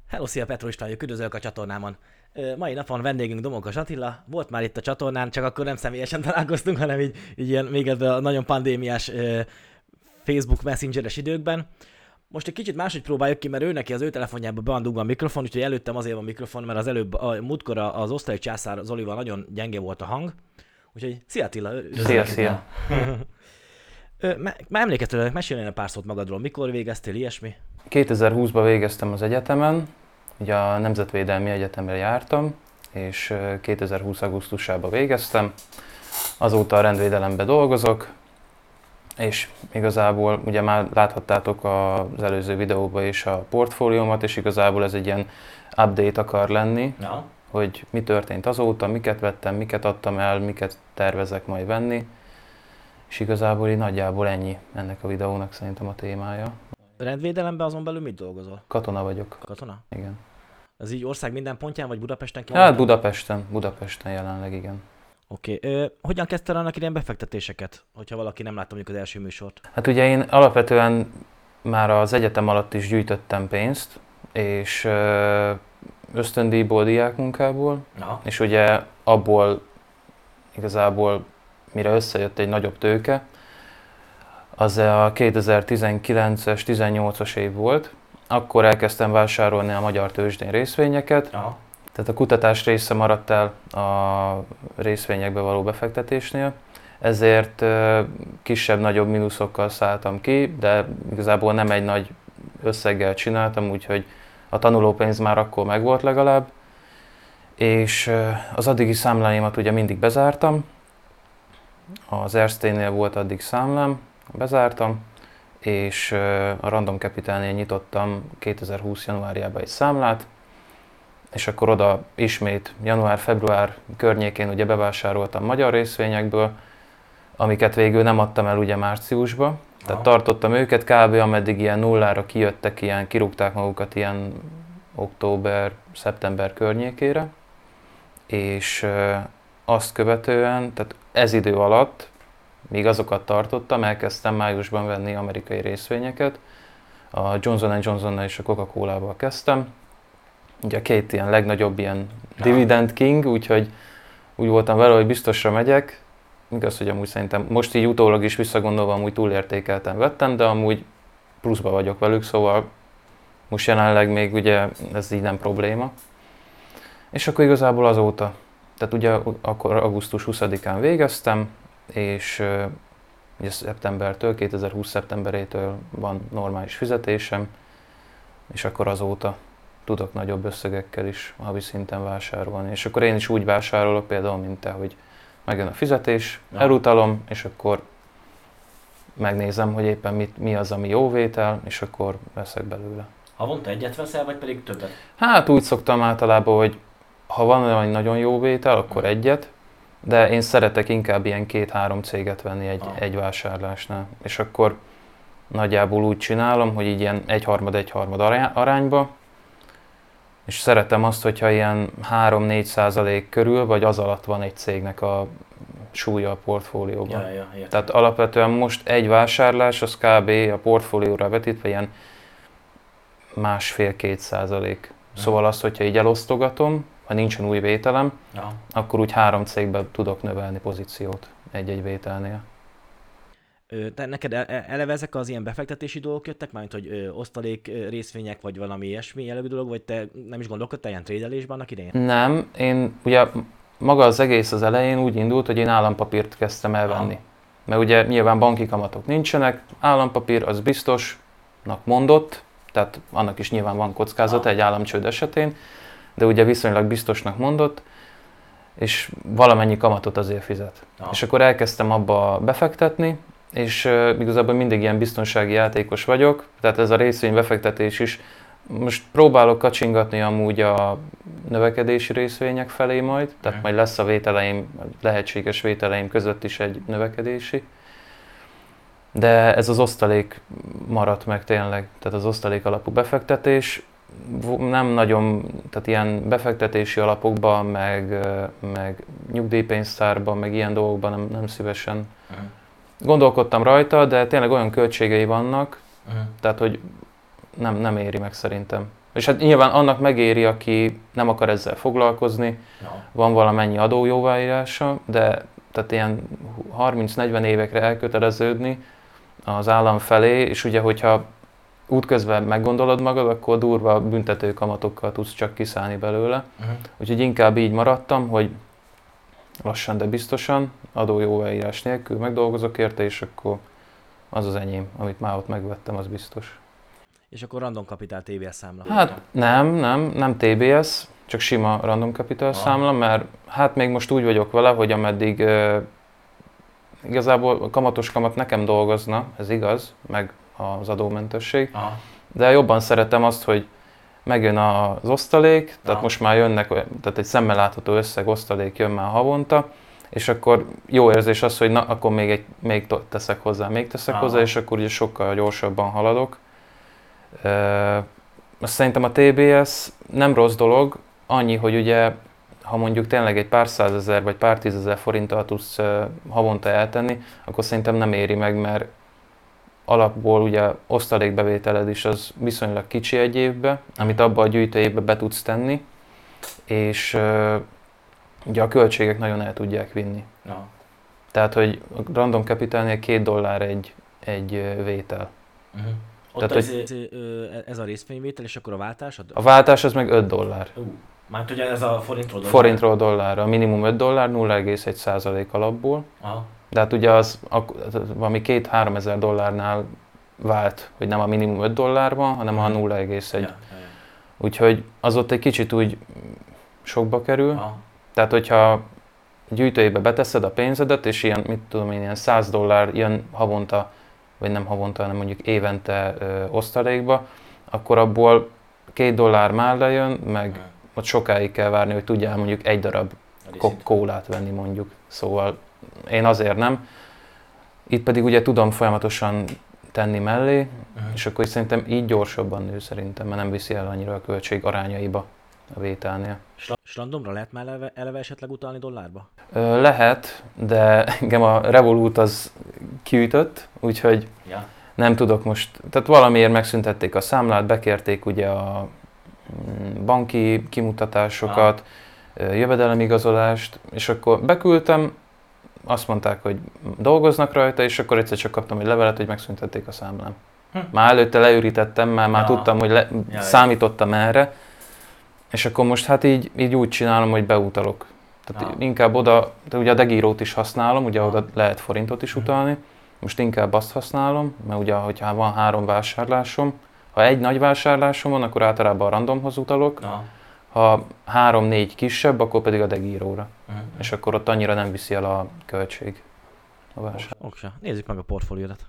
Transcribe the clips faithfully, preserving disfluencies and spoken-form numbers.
Hello, szia, Petro István vagyok, üdvözlök a csatornámon. Ö, Mai napon vendégünk Domokos Attila, volt már itt a csatornán, csak akkor nem személyesen találkoztunk, hanem így, így ilyen még ebben a nagyon pandémiás ö, Facebook Messengeres időkben. Most egy kicsit máshogy próbáljuk ki, mert ő neki az ő telefonjába be van dugva a mikrofon, úgyhogy előttem azért van mikrofon, mert az előbb, a múltkor az osztály császár Zolival nagyon gyenge volt a hang. Úgyhogy szia Attila, üdvözlök. Szia, szia. Ö, me- Már emlékeztetek, mesélj pár szót magadról, mikor végeztél, ilyesmi? kétezer-húszban végeztem az egyetemen, ugye a Nemzetvédelmi Egyetemre jártam, és kétezer-húsz augusztusában végeztem. Azóta a rendvédelemben dolgozok, és igazából ugye már láthattátok az előző videóban is a portfóliómat, és igazából ez egy ilyen update akar lenni, Ja. hogy mi történt azóta, miket vettem, miket adtam el, miket tervezek majd venni. És igazából így nagyjából ennyi ennek a videónak szerintem a témája. Rendvédelemben azon belül mit dolgozol? Katona vagyok, Katona? igen. Ez így ország minden pontján, vagy Budapesten ki? Hát Budapesten, Budapesten jelenleg, igen. Oké. Okay. Hogyan kezdted annak idején befektetéseket, hogyha valaki nem látta mondjuk az első műsort? Hát ugye én alapvetően már az egyetem alatt is gyűjtöttem pénzt, és ö, ösztöndíjból, diákmunkából, Na. és ugye abból igazából mire összejött egy nagyobb tőke, az a kétezer-tizenkilences, tizennyolcas év volt. Akkor elkezdtem vásárolni a magyar tőzsdén részvényeket, Aha. tehát a kutatás része maradt el a részvényekbe való befektetésnél, ezért kisebb-nagyobb mínuszokkal szálltam ki, de igazából nem egy nagy összeggel csináltam, úgyhogy a tanulópénz már akkor megvolt legalább, és az addigi számláimat ugye mindig bezártam. Az Erste-nél volt addig számlám, bezártam, és a Random Capitalnél nyitottam kétezer-húsz januárjában egy számlát, és akkor oda ismét január-február környékén ugye bevásároltam magyar részvényekből, amiket végül nem adtam el ugye márciusba. Tehát Aha. tartottam őket kb. Ameddig ilyen nullára kijöttek, ilyen, kirúgták magukat ilyen október-szeptember környékére, és azt követően, tehát ez idő alatt, míg azokat tartottam, elkezdtem májusban venni amerikai részvényeket. A Johnson and Johnsonnal és a Coca-Colával kezdtem. Ugye a két ilyen legnagyobb ilyen dividend king, úgyhogy úgy voltam vele, hogy biztosra megyek. Igaz, hogy amúgy szerintem most így utólag is visszagondolva amúgy túlértékelten vettem, de amúgy pluszba vagyok velük, szóval most jelenleg még ugye ez így nem probléma. És akkor igazából azóta, tehát ugye akkor augusztus huszadikán végeztem, és uh, ugye szeptembertől, kétezer-húsz szeptemberétől van normális fizetésem, és akkor azóta tudok nagyobb összegekkel is havi szinten vásárolni. És akkor én is úgy vásárolok például, mint te, hogy megjön a fizetés, ja. Elutalom, és akkor megnézem, hogy éppen mit, mi az, ami jó vétel, és akkor veszek belőle. Havonta egyet veszel, vagy pedig többet? Hát úgy szoktam általában, hogy ha van olyan nagyon jó vétel, akkor egyet, de én szeretek inkább ilyen két-három céget venni egy, ah. egy vásárlásnál. És akkor nagyjából úgy csinálom, hogy így ilyen egyharmad-egyharmad arányba, és szeretem azt, hogyha ilyen három-négy százalék körül, vagy az alatt van egy cégnek a súlya a portfólióban. Ja, ja, Tehát alapvetően most egy vásárlás, az kb. A portfólióra vetítve ilyen másfél-két százalék. Szóval azt, hogyha így elosztogatom, ha nincsen új vételem, ja. akkor úgy három cégben tudok növelni pozíciót egy-egy vételnél. Te neked eleve ezek az ilyen befektetési dolgok jöttek, mármint hogy ö, osztalék ö, részvények, vagy valami ilyesmi jellegű dolog, vagy te nem is gondolkodtál ilyen trédelésben annak idején? Nem, én ugye maga az egész az elején úgy indult, hogy én állampapírt kezdtem elvenni. Ah. Mert ugye nyilván banki kamatok nincsenek, állampapír az biztosnak mondott, tehát annak is nyilván van kockázata ah. egy államcsőd esetén, de ugye viszonylag biztosnak mondott, és valamennyi kamatot azért fizet. Ah. És akkor elkezdtem abba befektetni, és uh, igazából mindig ilyen biztonsági játékos vagyok, tehát ez a részvénybefektetés is. Most próbálok kacsingatni amúgy a növekedési részvények felé majd, tehát mm. majd lesz a vételeim, lehetséges vételeim között is egy növekedési. De ez az osztalék maradt meg tényleg, tehát az osztalék alapú befektetés. Nem nagyon, tehát ilyen befektetési alapokban, meg, meg nyugdíjpénztárban, meg ilyen dolgokban nem, nem szívesen. Mm. Gondolkodtam rajta, de tényleg olyan költségei vannak, uh-huh. tehát hogy nem, nem éri meg szerintem. És hát nyilván annak megéri, aki nem akar ezzel foglalkozni, No. van valamennyi adójóváírása, de tehát ilyen harminc-negyven évekre elköteleződni az állam felé, és ugye, hogyha útközben meggondolod magad, akkor durva büntető kamatokkal tudsz csak kiszállni belőle. Uh-huh. Úgyhogy inkább így maradtam, hogy lassan, de biztosan, adójóváírás nélkül megdolgozok érte, és akkor az az enyém, amit már ott megvettem, az biztos. És akkor Random Capital té bé es számla. Hát nem, nem, nem té bé es, csak sima Random Capital számla, mert hát még most úgy vagyok vele, hogy ameddig uh, igazából a kamatos kamat nekem dolgozna, ez igaz, meg az adómentesség, Aha. de jobban szeretem azt, hogy megjön az osztalék, tehát Aha. most már jönnek, tehát egy szemmel látható összeg osztalék jön már havonta, és akkor jó érzés az, hogy na, akkor még, egy, még teszek hozzá, még teszek Aha. hozzá, és akkor ugye sokkal gyorsabban haladok. Uh, azt szerintem a té bé es nem rossz dolog, annyi, hogy ugye, ha mondjuk tényleg egy pár százezer vagy pár tízezer forinttal tudsz uh, havonta eltenni, akkor szerintem nem éri meg, mert alapból ugye osztalékbevételed is az viszonylag kicsi egy évbe, amit abba a gyűjtőjébe be tudsz tenni, és uh, ugye a költségek nagyon el tudják vinni. No. Tehát, hogy a Random Capitalnél két dollár egy, egy uh, vétel. Uh-huh. Ott Tehát, ez, ez, ez a részvényvétel, és akkor a váltás? A váltás az meg öt dollár. Uh, Már ugye ez a forintról dollár? Forintról dollárra, minimum öt dollár, nulla egész egy százalék alapból. Aha. De hát ugye az valami két-három ezer dollárnál vált, hogy nem a minimum öt dollár van, hanem a nulla egész egy. Ja, ja, ja. Úgyhogy az ott egy kicsit úgy sokba kerül. Aha. Tehát, hogyha gyűjtőjébe beteszed a pénzedet, és ilyen, mit tudom én, ilyen száz dollár jön havonta, vagy nem havonta, hanem mondjuk évente ö, osztalékba, akkor abból két dollár már lejön, meg Mhm. ott sokáig kell várni, hogy tudjál mondjuk egy darab ko- kólát venni mondjuk. Szóval én azért nem. Itt pedig ugye tudom folyamatosan tenni mellé, Uh-huh. és akkor szerintem így gyorsabban nő szerintem, mert nem viszi el annyira a költség arányaiba a vételnél. És randomra lehet már eleve, eleve esetleg utalni dollárba? Ö, lehet, de engem a Revolut az kiütött, úgyhogy Ja. nem tudok most, tehát valamiért megszüntették a számlát, bekérték ugye a mm, banki kimutatásokat, ah. jövedelemigazolást, és akkor beküldtem, azt mondták, hogy dolgoznak rajta, és akkor egyszer csak kaptam egy levelet, hogy megszüntették a számlám. Hm. Már előtte leürítettem, mert már Ja. tudtam, hogy le, Ja, számítottam erre, és akkor most hát így, így úgy csinálom, hogy beutalok. Tehát Ja. inkább oda, de ugye a Degírót is használom, ugye Ja. oda lehet forintot is utalni, most inkább azt használom, mert ugye, hogyha van három vásárlásom, ha egy nagy vásárlásom van, akkor általában a randomhoz utalok, Na. ha három-négy kisebb, akkor pedig a Degíróra. Uh-huh. És akkor ott annyira nem viszi el a költség a vásár. Oksa. Nézzük meg a portfóliódat.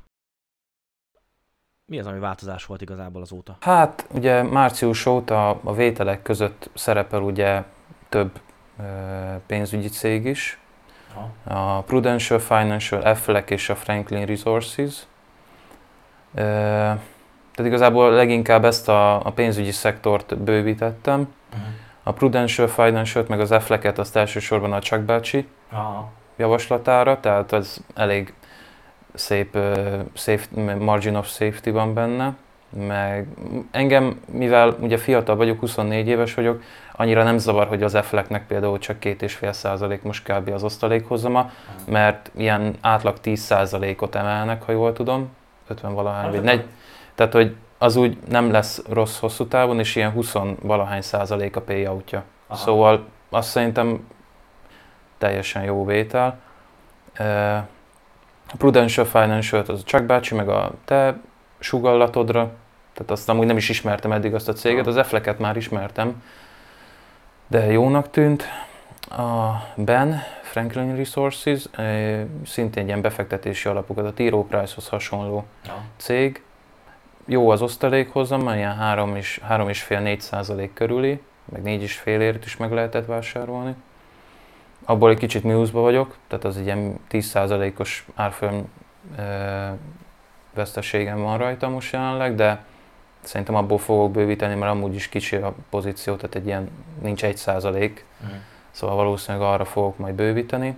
Mi az, ami változás volt igazából azóta? Hát ugye március óta a vételek között szerepel ugye több ö, pénzügyi cég is. Aha. A Prudential Financial, Aflac és a Franklin Resources. Ö, tehát igazából leginkább ezt a, a pénzügyi szektort bővítettem. Uh-huh. A Prudential Financial-t meg az Aflac-et azt elsősorban a Chuck bácsi Aha. javaslatára, tehát az elég szép uh, safe, margin of safety van benne, meg engem, mivel ugye fiatal vagyok, huszonnégy éves vagyok, annyira nem zavar, hogy az Aflacnek például csak két egész öt százalék most kb. Az osztalékhozama, mert ilyen átlag tíz százalékot emelnek, ha jól tudom, ötven valahány, vagy negy, tehát hogy az úgy nem lesz rossz hosszú távon, és ilyen húsz valahány százalék a payoutja. Aha. Szóval azt szerintem teljesen jó vétel. Uh, A Prudential Financial az a Chuck bácsi, meg a te sugallatodra, tehát azt amúgy nem is ismertem eddig azt a céget, az Aflac-et már ismertem, de jónak tűnt. A Ben, Franklin Resources, eh, szintén ilyen befektetési alapokat, a T. Rowe Price-hoz hasonló Ja. cég. Jó az osztalékhozam, ilyen három és fél-négy százalék körüli, meg négy és fél ért is meg lehetett vásárolni. Abból egy kicsit mínuszba vagyok, tehát az egy ilyen tíz százalékos árfolyam e, veszteségem van rajta most jelenleg, de szerintem abból fogok bővíteni, mert amúgy is kicsi a pozíció, tehát egy ilyen nincs egy százalék, Uh-huh. szóval valószínűleg arra fogok majd bővíteni.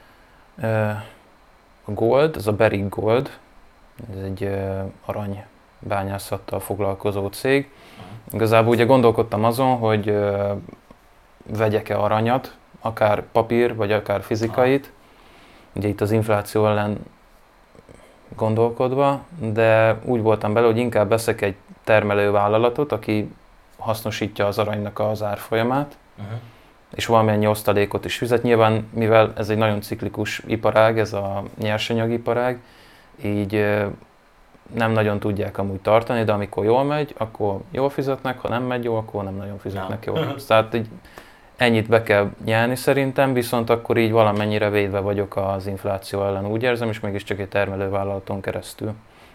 E, a Gold, ez a Barrick Gold, ez egy e, arany bányászattal foglalkozó cég. Igazából ugye gondolkodtam azon, hogy ö, vegyek-e aranyat, akár papír, vagy akár fizikait, ugye itt az infláció ellen gondolkodva, de úgy voltam bele, hogy inkább veszek egy termelővállalatot, aki hasznosítja az aranynak az árfolyamát, uh-huh. és valamennyi osztalékot is fizet. Nyilván, mivel ez egy nagyon ciklikus iparág, ez a nyersanyagiparág, így nem nagyon tudják amúgy tartani, de amikor jól megy, akkor jól fizetnek, ha nem megy jó, akkor nem nagyon fizetnek no. jól. Tehát így ennyit be kell nyelni szerintem, viszont akkor így valamennyire védve vagyok az infláció ellen, úgy érzem, és mégiscsak egy termelővállalaton keresztül.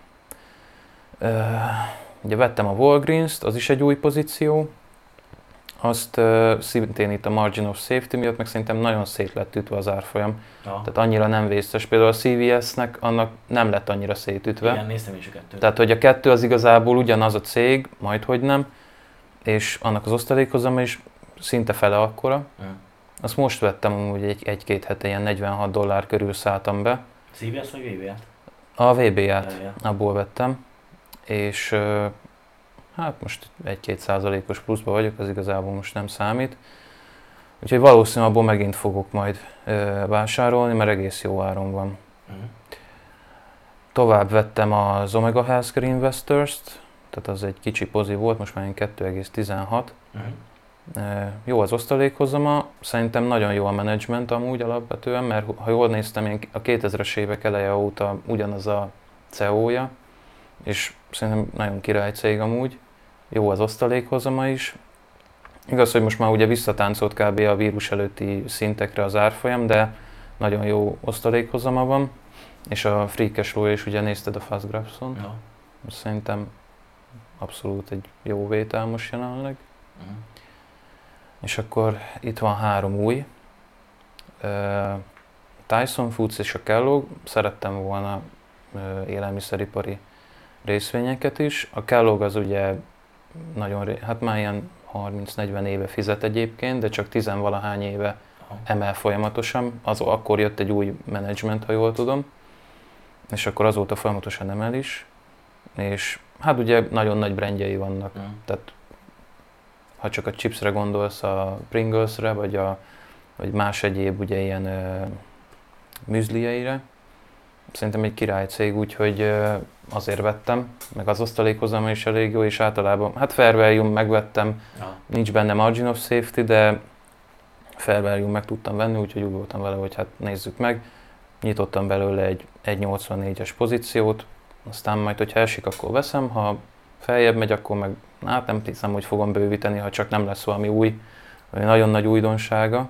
Ugye vettem a Walgreens-t, az is egy új pozíció, azt uh, szintén itt a margin of safety miatt, meg szerintem nagyon szét lett ütve az árfolyam. Ja. Tehát annyira nem vészes. Például a cé vé es-nek annak nem lett annyira szétütve. Igen, néztem is a kettőt. Tehát, hogy a kettő az igazából ugyanaz a cég, majdhogy nem, és annak az osztalékhozama is szinte fele akkora. Ja. Azt most vettem amúgy egy, egy-két hete, ilyen negyvenhat dollár körül szálltam be. cé vé es vagy vé bé á-t? A vé bé á-t, ja, ja. abból vettem. És uh, hát most egy-két százalékos pluszban vagyok, az igazából most nem számít. Úgyhogy valószínűleg abból megint fogok majd ö, vásárolni, mert egész jó áron van. Uh-huh. Tovább vettem az Omega Healthcare Investors-t, tehát az egy kicsi pozi volt, most már kettő egész tizenhat. Uh-huh. Ö, jó az osztalékhozama, szerintem nagyon jó a menedzsment amúgy alapvetően, mert ha jól néztem, én a kétezres évek eleje óta ugyanaz a cé e ó-ja, és szerintem nagyon király cég amúgy, jó az osztalékhozama is. Igaz, hogy most már ugye visszatáncolt kb. A vírus előtti szintekre az árfolyam, de nagyon jó osztalékhozama van, és a free cash flow is ugye nézted a Fastgraphs-on. Ja. Szerintem abszolút egy jó vétel most jelenleg. Uh-huh. És akkor itt van három új. Uh, Tyson Foods és a Kellogg. Szerettem volna uh, élelmiszeripari részvényeket is. A Kellogg az ugye nagyon, ré... hát már ilyen harminc-negyven éve fizet egyébként, de csak tizenvalahány éve emel folyamatosan. Az, akkor jött egy új menedzsment, ha jól tudom, és akkor azóta folyamatosan emel is. És hát ugye nagyon nagy brandjei vannak. Mm. Tehát ha csak a chipsre gondolsz, a Pringlesre, vagy, a, vagy más egyéb ugye ilyen uh, műzlieire, szerintem egy király cég, úgyhogy uh, azért vettem, meg az osztalékhozama is elég jó, és általában, hát fair value megvettem, ja. Nincs benne margin of safety, de fair value meg tudtam venni, úgyhogy úgy voltam vele, hogy hát nézzük meg. Nyitottam belőle egy egy nyolcvannégyes pozíciót, aztán majd, hogyha esik, akkor veszem, ha feljebb megy, akkor meg hát nem hiszem, hogy fogom bővíteni, ha csak nem lesz valami új, vagy nagyon nagy újdonsága.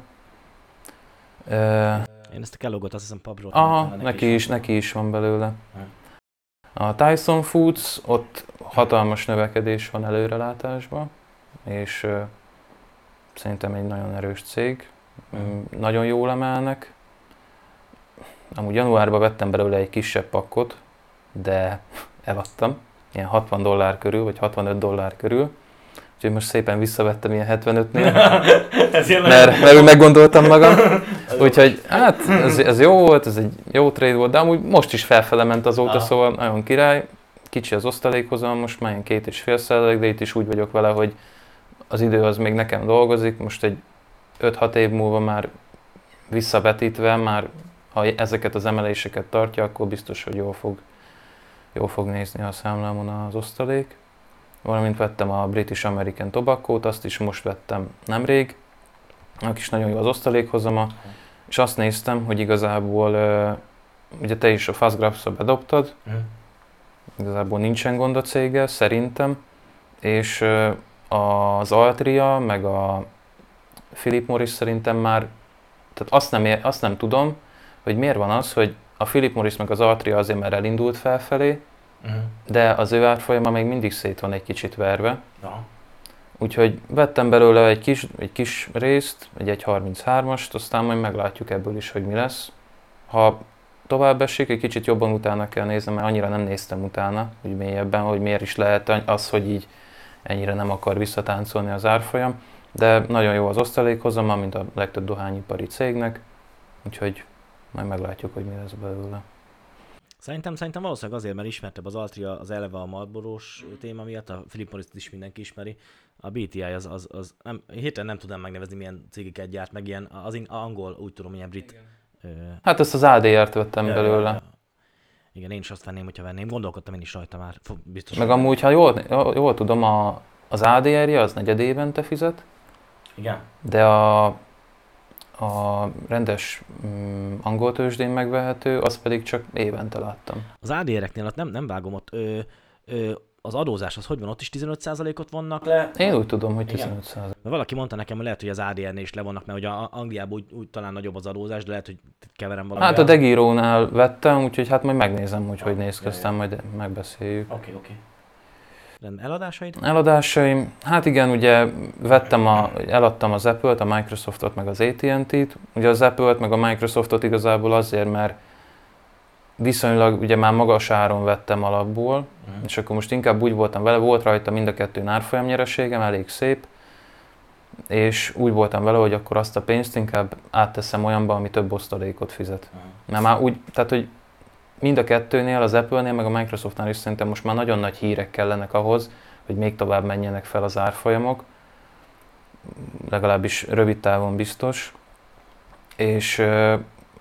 Én ezt a Kelloggot azt hiszem pubról. Aha, neki, neki, is, neki is van belőle. A Tyson Foods, ott hatalmas növekedés van előrelátásban, és uh, szerintem egy nagyon erős cég. Mm. Nagyon jól emelnek. Amúgy januárban vettem belőle egy kisebb pakkot, de eladtam. Ilyen hatvan dollár körül, vagy hatvanöt dollár körül. Úgyhogy most szépen visszavettem ilyen hetvenötnél, mert, mert úgy meggondoltam magam. Úgyhogy hát ez, ez jó volt, ez egy jó trade volt, de amúgy most is felfele ment azóta, ah. Szóval nagyon király. Kicsi az osztalékhozam, most már ilyen két és fél százalék, de itt is úgy vagyok vele, hogy az idő az még nekem dolgozik. Most egy öt-hat év múlva már visszavetítve, már ha ezeket az emeléseket tartja, akkor biztos, hogy jól fog, jól fog nézni a számlámon az osztalék. Valamint vettem a British American Tobacco-t, azt is most vettem nemrég. Annak is nagyon jó az osztalékhozama, és azt néztem, hogy igazából, ugye te is a Fastgraphs-ra bedobtad, mm. igazából nincsen gond a céggel, szerintem, és az Altria, meg a Philip Morris szerintem már, tehát azt nem, ér, azt nem tudom, hogy miért van az, hogy a Philip Morris meg az Altria azért már elindult felfelé, uh-huh. de az ő árfolyama még mindig szét van egy kicsit verve. Uh-huh. Úgyhogy vettem belőle egy kis, egy kis részt, egy egy harminchármast, aztán majd meglátjuk ebből is, hogy mi lesz. Ha tovább esik, egy kicsit jobban utána kell néznem, mert annyira nem néztem utána, úgy mélyebben, hogy miért is lehet az, hogy így ennyire nem akar visszatáncolni az árfolyam. De nagyon jó az osztalékhozama, mint a legtöbb dohányipari cégnek, úgyhogy majd meglátjuk, hogy mi lesz belőle. Szerintem, szerintem valószínűleg azért, mert ismertebb az Altria az eleve a Marlboro-s téma miatt, a Philip Morris-t is mindenki ismeri. A bé té i az, az, az nem, hirtelen nem tudom megnevezni, milyen cégeket gyárt, meg ilyen, az in- angol, úgy tudom, ilyen brit. Ö, Hát ezt az á dé er-t vettem ö, belőle. Igen, én is azt venném, hogyha venném. Gondolkodtam én is rajta már, biztos. Meg amúgy, ha jól, jól, jól tudom, a, az á dé er-je az negyed évente fizet, Igen. de a, a rendes mm, angol tőzsdén megvehető, az pedig csak évente láttam. Az á dé er-eknél ott nem, nem vágom, ott ö, ö, az adózás az hogy van? Ott is tizenöt százalékot vonnak le? Én úgy tudom, hogy Igen. tizenöt százalék. Mert valaki mondta nekem, hogy lehet, hogy az á dé er-nél is levonnak, mert ugye a- Angliában úgy, úgy talán nagyobb az adózás, de lehet, hogy keverem valamivel. Hát a Degírónál vettem, úgyhogy hát majd megnézem, hogy hogy néz ki, Ja, aztán majd megbeszéljük. Oké, oké. Rendben, eladásaid? Eladásaim, hát igen, ugye vettem a, eladtam az Apple-t, a Microsoftot, meg az á té and té-t. Ugye az Apple-t, meg a Microsoftot igazából azért, mert viszonylag ugye már magas áron vettem alapból, Mhm. és akkor most inkább úgy voltam vele, volt rajta mind a kettőn árfolyam nyereségem, elég szép, és úgy voltam vele, hogy akkor azt a pénzt inkább átteszem olyanba, ami több osztalékot fizet. Mhm. Mert már úgy, tehát hogy mind a kettőnél, az Apple-nél, meg a Microsoftnál is szerintem most már nagyon nagy hírek kellenek ahhoz, hogy még tovább menjenek fel az árfolyamok, legalábbis rövid távon biztos, és uh,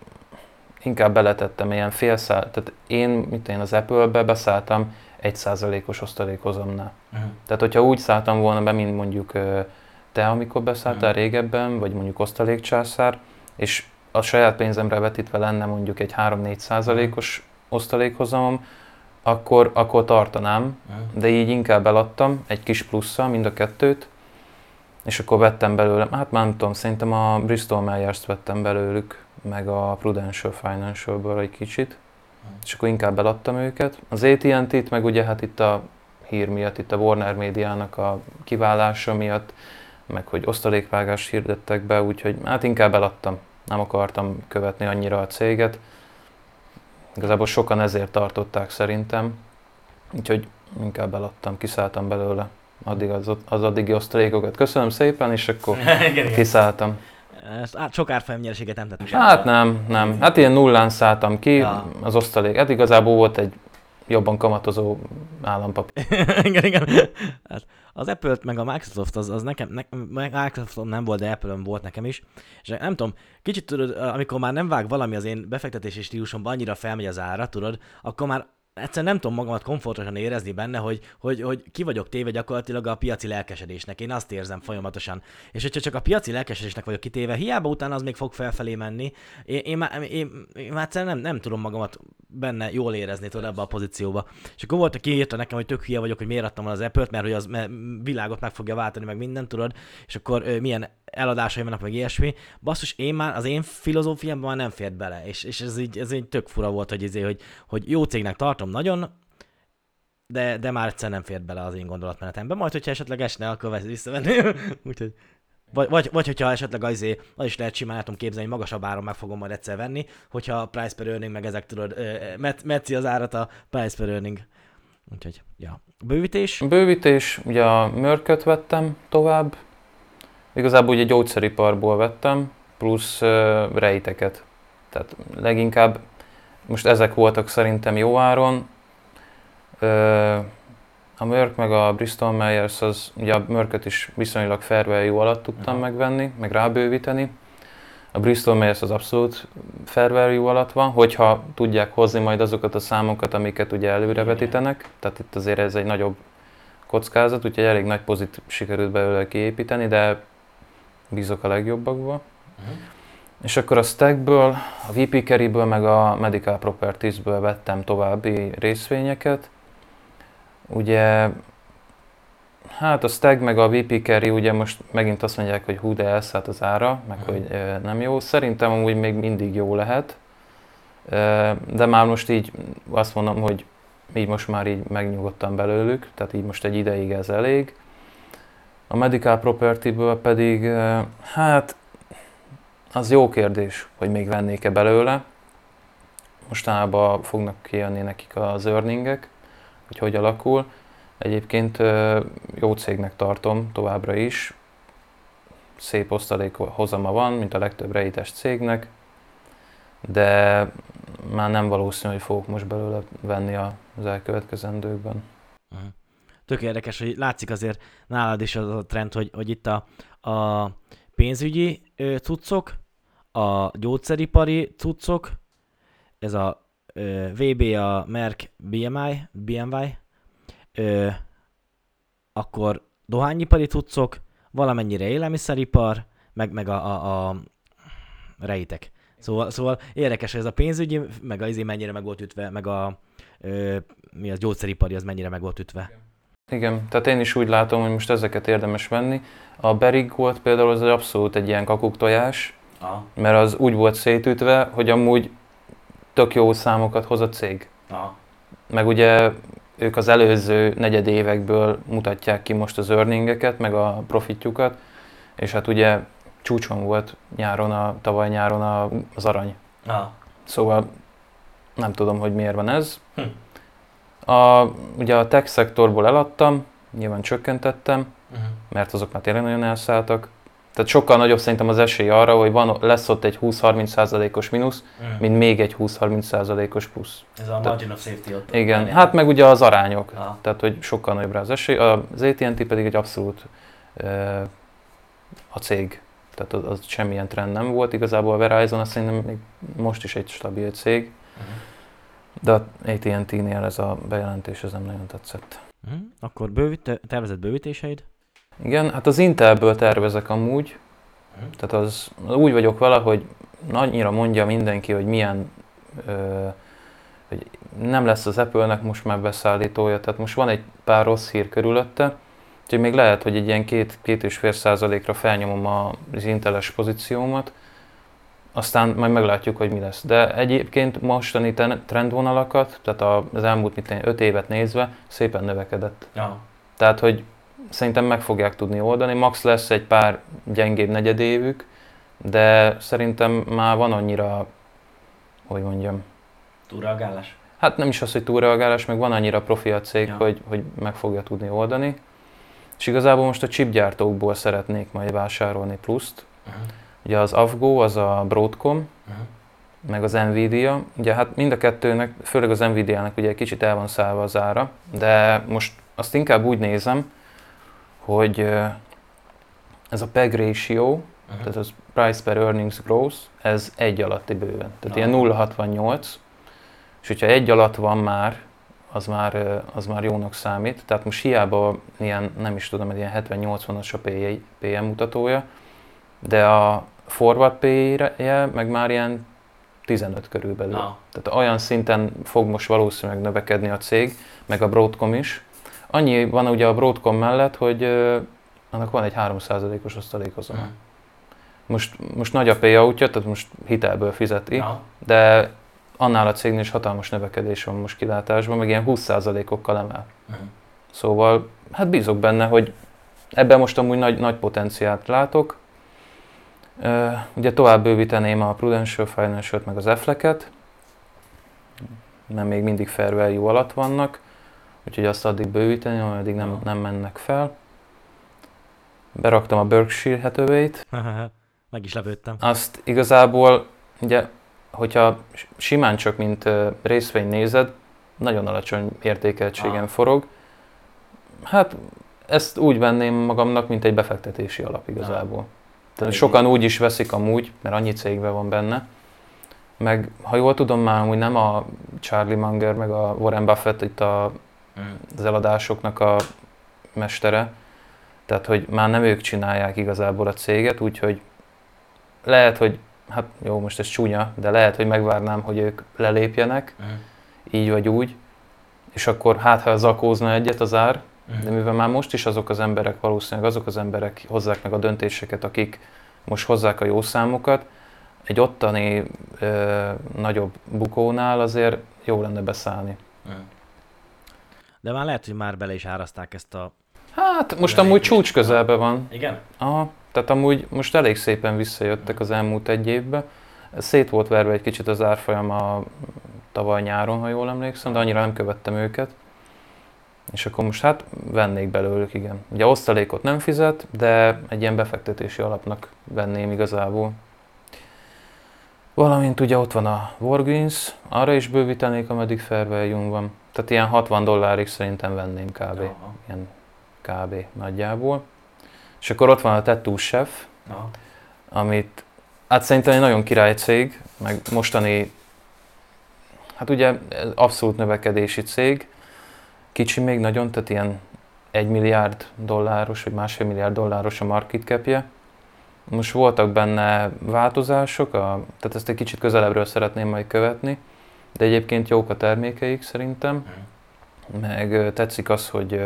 inkább beletettem ilyen fél szá... tehát én, mint én az Apple-be beszálltam egy százalékos osztalékhozamnál. Mhm. Tehát hogyha úgy szálltam volna be, mint mondjuk uh, te, amikor beszálltál Mhm. régebben, vagy mondjuk osztalékcsászár, és a saját pénzemre vetítve lenne mondjuk egy három-négy százalékos osztalékhozamom, akkor, akkor tartanám, Mhm. de így inkább eladtam egy kis plusszal mind a kettőt, és akkor vettem belőle, hát már nem tudom, szerintem a Bristol Myers-t vettem belőlük, meg a Prudential Financial-ből egy kicsit, és akkor inkább eladtam őket. Az á té and té-t meg ugye hát itt a hír miatt, itt a Warner Médiának a kiválása miatt, meg hogy osztalékvágást hirdettek be, úgyhogy hát inkább eladtam. Nem akartam követni annyira a céget. Igazából sokan ezért tartották szerintem, úgyhogy inkább eladtam, kiszálltam belőle addig az, az addigi osztalékokat. Köszönöm szépen, és akkor igen, igen. kiszálltam. Ezt, á, sok árfolyam nyereséget nem tettünk. Hát nem, nem. Hát ilyen nullán szálltam ki, Ja. az osztalék. Hát igazából volt egy jobban kamatozó állampapír. igen, igen. Hát az Apple-t meg a Microsoft, az, az nekem, ne, Microsoft nem volt, de Apple-ön volt nekem is. És nem tudom, kicsit tudod, amikor már nem vág valami az én befektetési stílusomban, annyira felmegy az ára, tudod, akkor már egyszerűen nem tudom magamat komfortosan érezni benne, hogy, hogy, hogy ki vagyok téve gyakorlatilag a piaci lelkesedésnek. Én azt érzem folyamatosan. És hogyha csak a piaci lelkesedésnek vagyok kitéve, hiába utána az még fog felfelé menni, én, én, már, én, én már egyszerűen nem, nem tudom magamat benne jól érezni, tudod, ebbe a pozícióba. És akkor volt, aki írta nekem, hogy tök hülye vagyok, hogy miért adtam el az Apple-t, mert hogy az mert világot meg fogja váltani, meg mindent, tudod, és akkor ö, milyen eladásai vannak, meg ilyesmi. Basszus, én már, az én filozófiámban már nem fért bele, és, és ez, így, ez így tök fura volt, hogy, izé, hogy, hogy jó cégnek tartom nagyon, de, de már egyszer nem fért bele az én gondolatmenetembe. Majd, hogyha esetleg esne, akkor visszavenném. Úgyhogy... Vagy, vagy, vagy hogyha esetleg azért, az is lehet simán el tudom képzelni, hogy magasabb áron meg fogom majd egyszer venni, hogyha a price per earning, meg ezek tudod, met, metszi az árat a price per earning. Úgyhogy, ja. Bővítés? Bővítés, ugye a Mörköt vettem tovább. Igazából ugye gyógyszeriparból vettem, plusz uh, rejteket. Tehát leginkább most ezek voltak szerintem jó áron. Uh, a Merck meg a Bristol Myers, az, ugye a Mercket is viszonylag fair value alatt tudtam Aha. megvenni, meg rábővíteni. A Bristol Myers az abszolút fair value alatt van, hogyha tudják hozni majd azokat a számokat, amiket ugye előrevetítenek. Tehát itt azért ez egy nagyobb kockázat, úgyhogy elég nagy pozit sikerült belőle kiépíteni, de bízok a legjobbakba. Uh-huh. És akkor a Stackből, a vé pé Carry-ből, meg a Medical Properties-ből vettem további részvényeket. Ugye, hát a Stack meg a vé pé Carry ugye most megint azt mondják, hogy hú, de elszállt az ára, meg Uh-huh. hogy e, nem jó. Szerintem amúgy még mindig jó lehet. E, de már most így azt mondom, hogy így most már így megnyugodtam belőlük, tehát így most egy ideig ez elég. A Medical Property-ből pedig, e, hát az jó kérdés, hogy még vennék-e belőle. Mostanában fognak kijönni nekik az earningek, hogy hogy alakul. Egyébként jó cégnek tartom továbbra is. Szép osztalék hozama van, mint a legtöbb rejtes cégnek. de már nem valószínű, hogy fogok most belőle venni az elkövetkezendőkben. Uh-huh. Tök érdekes, hogy látszik azért nálad is az a trend, hogy, hogy itt a, a pénzügyi ö, cuccok, a gyógyszeripari cuccok, ez a ö, vé bé, a Merck, bé em i, bé em vé, ö, akkor dohányipari cuccok, valamennyire élelmiszeripar, meg, meg a, a, a rejtek. Szóval, szóval érdekes, hogy ez a pénzügyi, meg a izé mennyire meg volt ütve, meg a ö, mi az gyógyszeripari, az mennyire meg volt ütve. Igen, tehát én is úgy látom, hogy most ezeket érdemes venni. A Berig volt például az abszolút egy ilyen kakuktojás, Aha. mert az úgy volt szétütve, hogy amúgy tök jó számokat hoz a cég. Aha. Meg ugye ők az előző negyed évekből mutatják ki most az earningeket, meg a profitjukat, és hát ugye csúcson volt nyáron, a, tavaly nyáron a, az arany. Aha. Szóval nem tudom, hogy miért van ez. Hm. A, ugye a tech szektorból eladtam, nyilván csökkentettem, Uh-huh. mert azok már tényleg nagyon elszálltak. Tehát sokkal nagyobb szerintem az esély arra, hogy van, lesz ott egy húsz-harminc százalékos mínusz, Uh-huh. mint még egy húsz-harminc százalékos plusz. Ez a margin of safety ott. Igen, hát meg ugye az arányok, Aha. tehát hogy sokkal nagyobb rá az esély. Az á té and té pedig egy abszolút uh, a cég, tehát az, az semmilyen trend nem volt. Igazából a Verizon azt szerintem még most is egy stabil cég, Uh-huh. de a á té and té-nél ez a bejelentés ez nem nagyon tetszett. Uh-huh. Akkor bővít, tervezett bővítéseid? Igen, hát az Intelből tervezek amúgy, Uh-huh. tehát az, úgy vagyok vele, hogy annyira mondja mindenki, hogy milyen, ö, hogy nem lesz az Apple-nek most már beszállítója, tehát most van egy pár rossz hír körülötte, úgyhogy még lehet, hogy egy ilyen két, két és fél százalékra felnyomom az Inteles pozíciómat, aztán majd meglátjuk, hogy mi lesz. De egyébként mostani trendvonalakat, tehát az elmúlt mit öt évet nézve szépen növekedett. Ja. Tehát, hogy szerintem meg fogják tudni oldani. Max lesz egy pár gyengébb negyedévük, de szerintem már van annyira, hogy mondjam, Túlreagálás? hát nem is az, hogy túlreagálás, meg van annyira profi a cég, Ja. hogy, hogy meg fogja tudni oldani. És igazából most a chipgyártókból szeretnék majd vásárolni pluszt. Uh-huh. Ugye az Avgo, az a Broadcom, Uh-huh. meg az Nvidia. Ugye hát mind a kettőnek, főleg az Nvidia-nak ugye egy kicsit el van szállva az ára, de most azt inkább úgy nézem, hogy ez a P E G ratio, uh-huh. tehát az Price per Earnings Growth, ez egy alatti bőven. Tehát no. ilyen nulla egész hatvannyolc, és hogyha egy alatt van már, az már, az már jónak számít. Tehát most hiába ilyen, nem is tudom, ilyen hetven-nyolcvanas a pé em mutatója, de a forward pé-je meg már ilyen tizenöt körülbelül. No. Tehát olyan szinten fog most valószínűleg növekedni a cég, meg a Broadcom is. Annyi van ugye a Broadcom mellett, hogy uh, annak van egy három százalékos osztalékozama. Hmm. Most, most nagy a payoutja, tehát most hitelből fizeti, no. de annál a cégnél is hatalmas növekedés van most kilátásban, meg ilyen húsz százalékokkal emel. Hmm. Szóval hát bízok benne, hogy ebben most amúgy nagy, nagy potenciált látok. Uh, ugye tovább bővíteném a Prudential Financial-t meg az Efleket, mert még mindig fair value alatt vannak. Úgyhogy azt addig bővíteni, ameddig nem, nem mennek fel. Beraktam a Berkshire Hathaway-t. Meg is levőttem. Azt igazából, ugye, hogyha simán csak mint részvény nézed, nagyon alacsony értékeltségen ah. forog. Hát ezt úgy venném magamnak, mint egy befektetési alap igazából. Ah. Tehát sokan úgy is veszik amúgy, mert annyi cégben van benne. Meg ha jól tudom már, hogy nem a Charlie Munger meg a Warren Buffett itt a az eladásoknak a mestere, tehát hogy már nem ők csinálják igazából a céget, úgyhogy lehet, hogy, hát jó, most ez csúnya, de lehet, hogy megvárnám, hogy ők lelépjenek, uh-huh. így vagy úgy, és akkor hát, ha zakózna egyet az ár, uh-huh. de mivel már most is azok az emberek, valószínűleg azok az emberek hozzák meg a döntéseket, akik most hozzák a jó számokat, egy ottani ö, nagyobb bukónál azért jó lenne beszállni. Uh-huh. De már lehet, hogy már bele is árazták ezt a... Hát most amúgy csúcs közelben van. Igen? Aha, tehát amúgy most elég szépen visszajöttek az elmúlt egy évben. Szét volt verve egy kicsit az árfolyam a tavaly nyáron, ha jól emlékszem, de annyira nem követtem őket. És akkor most hát vennék belőlük, igen. Ugye osztalékot nem fizet, de egy ilyen befektetési alapnak venném igazából. Valamint ugye ott van a Wargames, arra is bővítenék, ameddig fair value van. Tehát ilyen hatvan dollárig szerintem venném kb. Aha. Ilyen kb. Nagyjából. És akkor ott van a Tattoo Chef, aha, amit hát szerintem egy nagyon király cég, meg mostani, hát ugye abszolút növekedési cég, kicsi még nagyon, tehát ilyen egy milliárd dolláros, vagy másfél milliárd dolláros a market capje. Most voltak benne változások, a, tehát ezt egy kicsit közelebbről szeretném majd követni, de egyébként jók a termékeik szerintem, meg tetszik az, hogy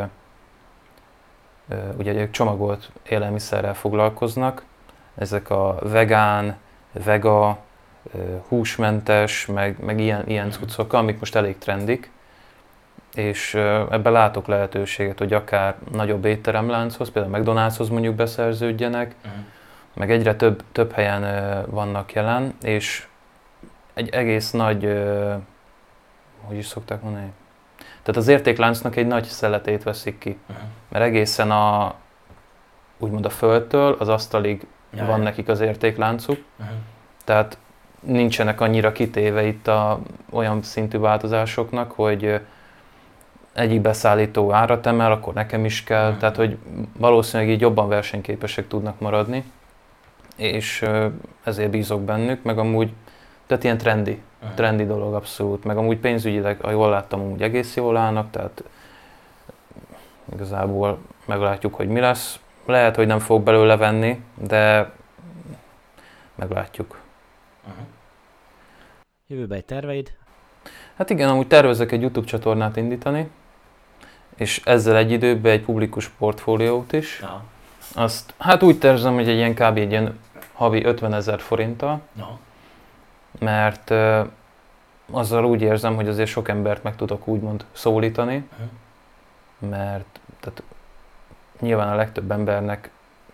ugye egy csomagolt élelmiszerrel foglalkoznak, ezek a vegán, vega, húsmentes, meg, meg ilyen, ilyen cuccok, amik most elég trendik, és ebben látok lehetőséget, hogy akár nagyobb étteremlánchoz, például McDonald'shoz mondjuk beszerződjenek, uh-huh, meg egyre több, több helyen vannak jelen, és egy egész nagy, hogy is szokták mondani? Tehát az értékláncnak egy nagy szeletét veszik ki, uh-huh, mert egészen a, úgymond a földtől az asztalig ja, van ja. nekik az értékláncuk, uh-huh, tehát nincsenek annyira kitéve itt a, olyan szintű változásoknak, hogy egyik beszállító árat emel, akkor nekem is kell, uh-huh, tehát hogy valószínűleg így jobban versenyképesek tudnak maradni, és ezért bízok bennük, meg amúgy, tehát ilyen trendi, uh-huh, trendi dolog abszolút, meg amúgy pénzügyileg, ha jól láttam, amúgy egész jól állnak, tehát igazából meglátjuk, hogy mi lesz. Lehet, hogy nem fog belőle venni, de meglátjuk. Uh-huh. Jövőben egy terveid? Hát igen, amúgy tervezek egy YouTube csatornát indítani, és ezzel egy időben egy publikus portfóliót is. Uh-huh. Azt, hát úgy tervezem, hogy egy ilyen kb. Egy ilyen havi ötvenezer forinttal, uh-huh, mert uh, azzal úgy érzem, hogy azért sok embert meg tudok úgymond szólítani, uh-huh, mert tehát, nyilván a legtöbb embernek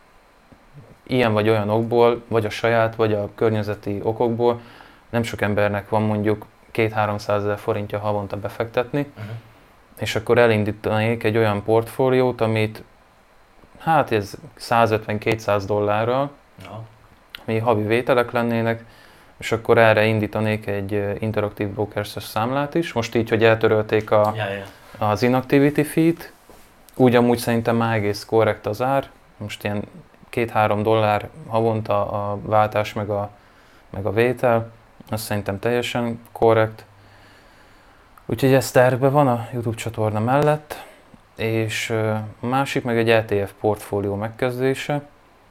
ilyen vagy olyan okból, vagy a saját, vagy a környezeti okokból nem sok embernek van mondjuk két-háromszázezer forintja havonta befektetni, uh-huh, és akkor elindítanék egy olyan portfóliót, amit hát ez százötven-kétszáz dollárral, uh-huh, ami havi vételek lennének, és akkor erre indítanék egy interaktív brokerses számlát is. Most így, hogy eltörölték a, ja, ja. az inactivity fee-t, úgy amúgy szerintem már egész korrekt az ár. Most ilyen két-három dollár havonta a váltás meg a, meg a vétel, az szerintem teljesen korrekt. Úgyhogy ez tervben van a YouTube csatorna mellett, és a másik meg egy é té ef portfólió megkezdése.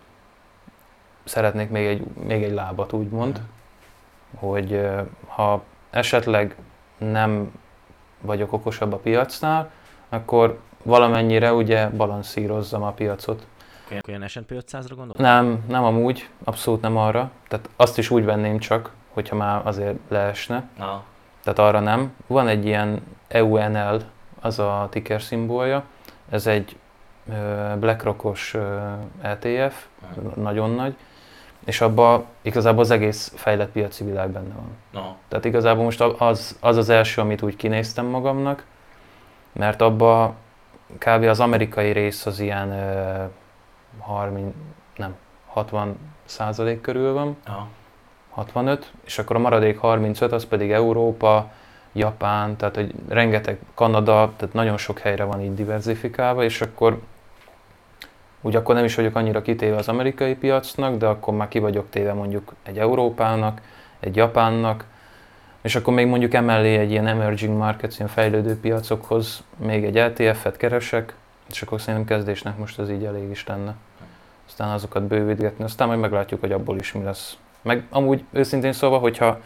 Szeretnék még egy, még egy lábat úgymond, mm. hogy ha esetleg nem vagyok okosabb a piacnál, akkor valamennyire ugye balanszírozzam a piacot. Olyan es and pé ötszázra gondolod? Nem, nem amúgy, abszolút nem arra. Tehát azt is úgy venném csak, hogyha már azért leesne. No. Tehát arra nem. Van egy ilyen e u en el, az a ticker szimbólja. Ez egy BlackRock-os é té ef, mm. nagyon nagy. És abban igazából az egész fejlett piaci világ benne van. No. Tehát igazából most az, az az első, amit úgy kinéztem magamnak, mert abban kb. Az amerikai rész az ilyen harminc, nem, hatvan százalék körül van, aha, hatvanöt, és akkor a maradék harmincöt az pedig Európa, Japán, tehát hogy rengeteg, Kanada, tehát nagyon sok helyre van így diverzifikálva, és akkor úgy akkor nem is vagyok annyira kitéve az amerikai piacnak, de akkor már ki vagyok téve mondjuk egy Európának, egy Japánnak, és akkor még mondjuk emellé egy ilyen emerging markets, ilyen fejlődő piacokhoz még egy é té ef-et keresek, és akkor szerintem kezdésnek most ez így elég is lenne. Aztán azokat bővítgetni, aztán majd meglátjuk, hogy abból is mi lesz. Meg amúgy őszintén szólva, hogyha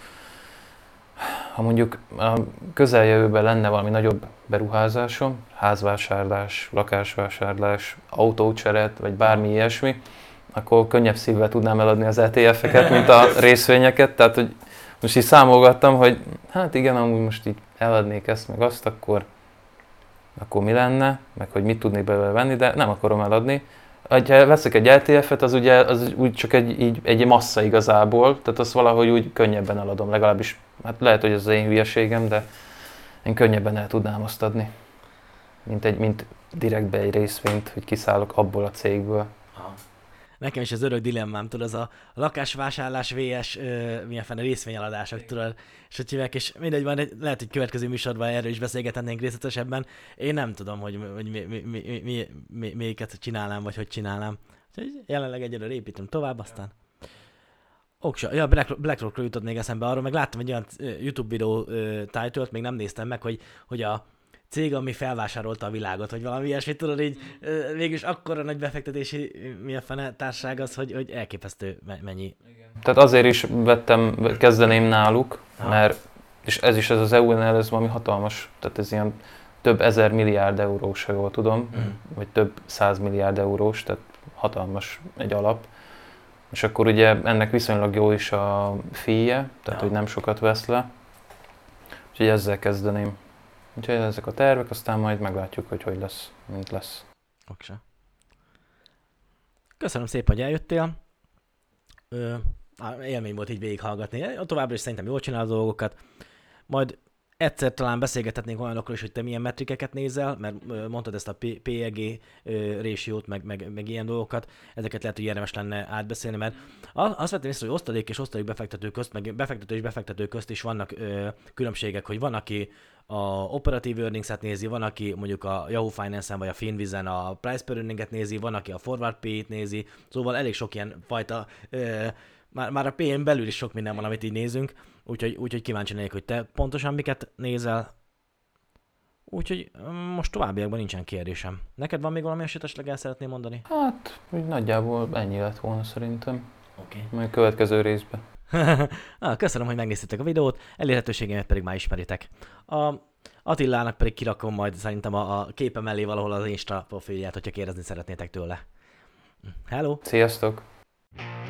ha mondjuk a közeljövőben lenne valami nagyobb beruházásom, házvásárlás, lakásvásárlás, autócseret, vagy bármi ilyesmi, akkor könnyebb szívvel tudnám eladni az é té ef-eket, mint a részvényeket. Tehát, hogy most így számolgattam, hogy hát igen, amúgy most így eladnék ezt meg azt, akkor, akkor mi lenne, meg hogy mit tudnék belőle venni, de nem akarom eladni. Ha veszek egy é té ef-et, az ugye az úgy csak egy, így, egy massza igazából, tehát azt valahogy úgy könnyebben eladom, legalábbis, hát lehet, hogy ez az én hülyeségem, de én könnyebben el tudnám azt adni, mint, egy, mint direktbe egy részvényt, hogy kiszállok abból a cégből. Aha. Nekem is az örök dilemmám, tudod, az a lakásvásárlás vs. Ö, milyen fene részvényeladások, tudod, és hogy hívják, és mindegy, van, egy- lehet, hogy következő műsorban erről is beszélgethetnénk részletesebben. Én nem tudom, hogy, hogy mi, mi, mi, mi, mi, melyiket csinálnám, vagy hogy csinálnám. Úgyhogy jelenleg egyelőre építem tovább, aztán Oksa, ja, Black, BlackRockról jutott még eszembe arról, meg láttam egy olyan ö, YouTube videó ö, title-t, még nem néztem meg, hogy, hogy a cég, ami felvásárolta a világot, vagy valami ilyesmit, tudod, így ö, végülis akkora nagy befektetési ö, mi a fene társaság az, hogy, hogy elképesztő me- mennyi. Tehát azért is vettem, kezdeném náluk, Aha. mert és ez is ez az é u-nál, ez valami hatalmas, tehát ez ilyen több ezer milliárd eurós, ha jól tudom, Mm. vagy több száz milliárd eurós, tehát hatalmas egy alap. És akkor ugye ennek viszonylag jó is a fee-je, tehát Ja. hogy nem sokat vesz le. Úgyhogy ezzel kezdeném. Úgyhogy ezek a tervek, aztán majd meglátjuk, hogy hogy lesz, mint lesz. Oksa. Köszönöm szépen, hogy eljöttél. Ö, á, élmény volt így végighallgatni. Továbbra is szerintem jól csinál a dolgokat. Majd egyszer talán beszélgethetnénk olyanokról is, hogy te milyen metrikeket nézel, mert ö, mondtad ezt a P- pé e gé ö, ratio-t, meg, meg, meg ilyen dolgokat, ezeket lehet, hogy érdemes lenne átbeszélni, mert a- azt vettem észre, hogy osztalék és osztalék befektető közt, meg befektető és befektető közt is vannak ö, különbségek, hogy van, aki a operatív earnings-et nézi, van, aki mondjuk a Yahoo Finance-en vagy a Finvizen a price per earning-et nézi, van, aki a forward pay-t nézi, szóval elég sok ilyen fajta, ö, már, már a pé-n belül is sok minden van, amit így nézünk, úgyhogy, úgyhogy kíváncsi lennék, hogy te pontosan miket nézel. Úgyhogy mm, most továbbiakban nincsen kérdésem. Neked van még valami esetleg el szeretném mondani? Hát, úgy nagyjából ennyi lett volna szerintem. Oké. Okay. Majd a következő részben. ah, köszönöm, hogy megnéztétek a videót, elérhetőségemet pedig már ismeritek. A Attilának pedig kirakom majd szerintem a, a képe mellé valahol az Insta profilját, hogyha kérdezni szeretnétek tőle. Hello! Sziasztok!